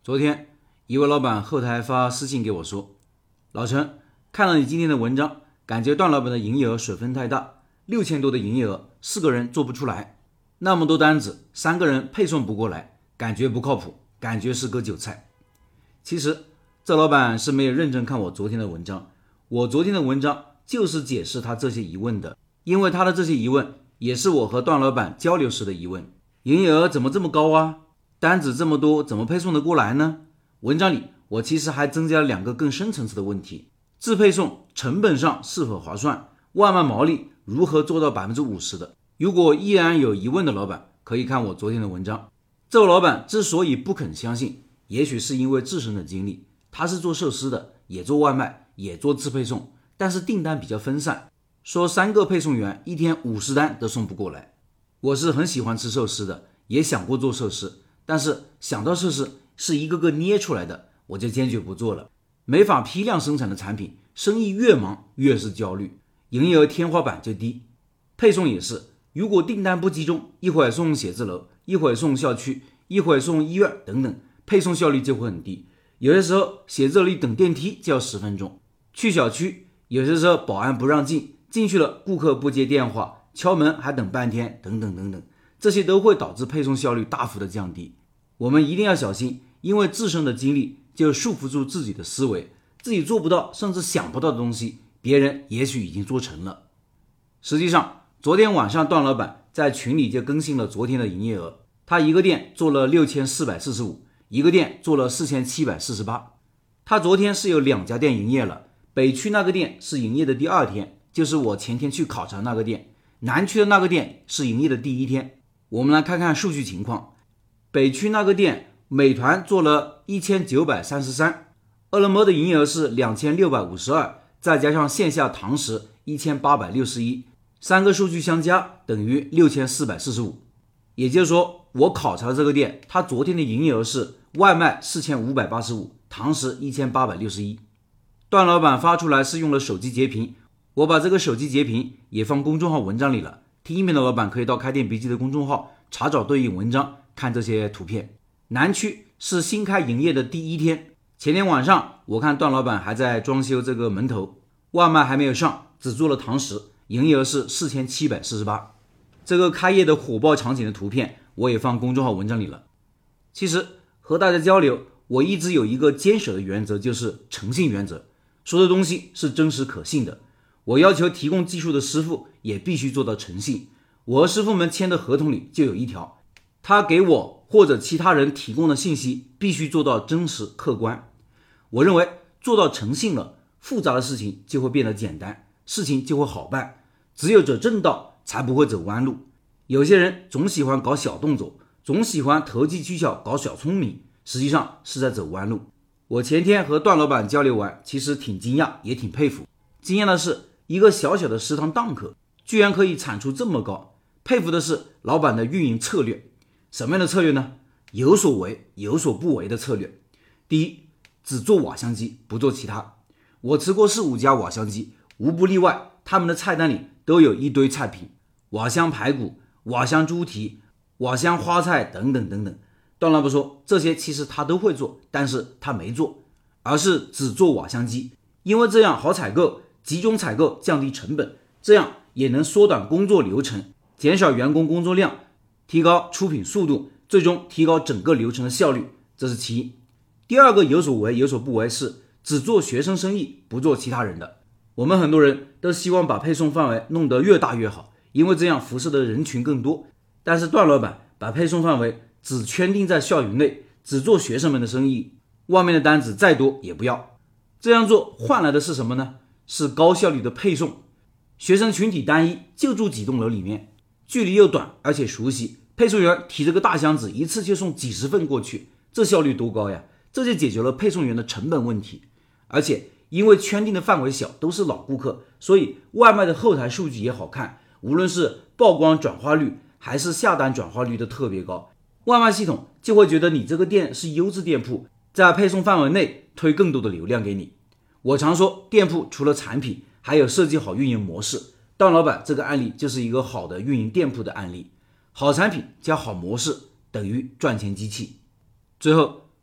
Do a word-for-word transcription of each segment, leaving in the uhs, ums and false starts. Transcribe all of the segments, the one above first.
昨天一位老板后台发私信给我说，老陈，看了你今天的文章，感觉段老板的营业额水分太大，六千多的营业额，四个人做不出来，那么多单子，三个人配送不过来，感觉不靠谱，感觉是割韭菜。其实这老板是没有认真看我昨天的文章，我昨天的文章就是解释他这些疑问的，因为他的这些疑问也是我和段老板交流时的疑问。营业额怎么这么高啊？单子这么多，怎么配送得过来呢？文章里我其实还增加了两个更深层次的问题：自配送成本上是否划算？外卖毛利如何做到 百分之五十 的？如果依然有疑问的老板，可以看我昨天的文章。这位老板之所以不肯相信，也许是因为自身的经历，他是做寿司的，也做外卖，也做自配送，但是订单比较分散，说三个配送员一天五十单都送不过来。我是很喜欢吃寿司的，也想过做寿司，但是想到寿司是一个个捏出来的，我就坚决不做了。没法批量生产的产品，生意越忙越是焦虑，营业额天花板就低。配送也是，如果订单不集中，一会儿送写字楼，一会儿送校区，一会儿送医院等等，配送效率就会很低。有些时候写字楼里等电梯就要十分钟，去小区有些时候保安不让进，进去了顾客不接电话，敲门还等半天，等等等等，这些都会导致配送效率大幅的降低。我们一定要小心，因为自身的经历就束缚住自己的思维，自己做不到甚至想不到的东西，别人也许已经做成了。实际上昨天晚上段老板在群里就更新了昨天的营业额，他一个店做了六千四百四十五，一个店做了四千七百四十八。他昨天是有两家店营业了，北区那个店是营业的第二天，就是我前天去考察那个店，南区的那个店是营业的第一天。我们来看看数据情况。北区那个店，美团做了一千九百三十三，饿了么的营业额是两千六百五十二，再加上线下堂食一千八百六十一，三个数据相加等于六千四百四十五。也就是说，我考察的这个店，它昨天的营业额是外卖四千五百八十五，堂食一千八百六十一。段老板发出来是用了手机截屏，我把这个手机截屏也放公众号文章里了，听音频的老板可以到开店笔记的公众号查找对应文章，看这些图片。南区是新开营业的第一天，前天晚上我看段老板还在装修这个门头，外卖还没有上，只做了堂食，营业额是四千七百四十八。这个开业的火爆场景的图片我也放公众号文章里了。其实和大家交流，我一直有一个坚守的原则，就是诚信原则，说的东西是真实可信的。我要求提供技术的师傅也必须做到诚信，我和师傅们签的合同里就有一条，他给我或者其他人提供的信息必须做到真实客观。我认为做到诚信了，复杂的事情就会变得简单，事情就会好办，只有走正道才不会走弯路。有些人总喜欢搞小动作，总喜欢投机取巧搞小聪明，实际上是在走弯路。我前天和段老板交流完，其实挺惊讶也挺佩服。惊讶的是一个小小的食堂档口居然可以产出这么高，佩服的是老板的运营策略。什么样的策略呢？有所为有所不为的策略。第一，只做瓦香鸡不做其他。我吃过四五家瓦香鸡，无不例外，他们的菜单里都有一堆菜品，瓦香排骨、瓦香猪蹄、瓦香花菜等等等等。段老板说这些其实他都会做，但是他没做，而是只做瓦香鸡，因为这样好采购，集中采购降低成本，这样也能缩短工作流程，减少员工工作量，提高出品速度，最终提高整个流程的效率，这是其一。第二个有所为有所不为是只做学生生意不做其他人的。我们很多人都希望把配送范围弄得越大越好，因为这样辐射的人群更多，但是段老板把配送范围只圈定在校园内，只做学生们的生意，外面的单子再多也不要。这样做换来的是什么呢？是高效率的配送。学生群体单一，就住几栋楼里面，距离又短而且熟悉，配送员提着个大箱子一次就送几十份过去，这效率多高呀！这就解决了配送员的成本问题。而且因为圈定的范围小，都是老顾客，所以外卖的后台数据也好看，无论是曝光转化率还是下单转化率都特别高，外卖系统就会觉得你这个店是优质店铺，在配送范围内推更多的流量给你。我常说店铺除了产品还有设计好运营模式，段老板这个案例就是一个好的运营店铺的案例。好产品加好模式等于赚钱机器。最后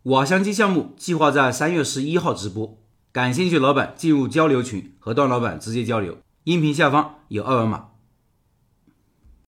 瓦香鸡项目计划在三月十一号直播，感兴趣老板进入交流群和段老板直接交流，音频下方有二维码。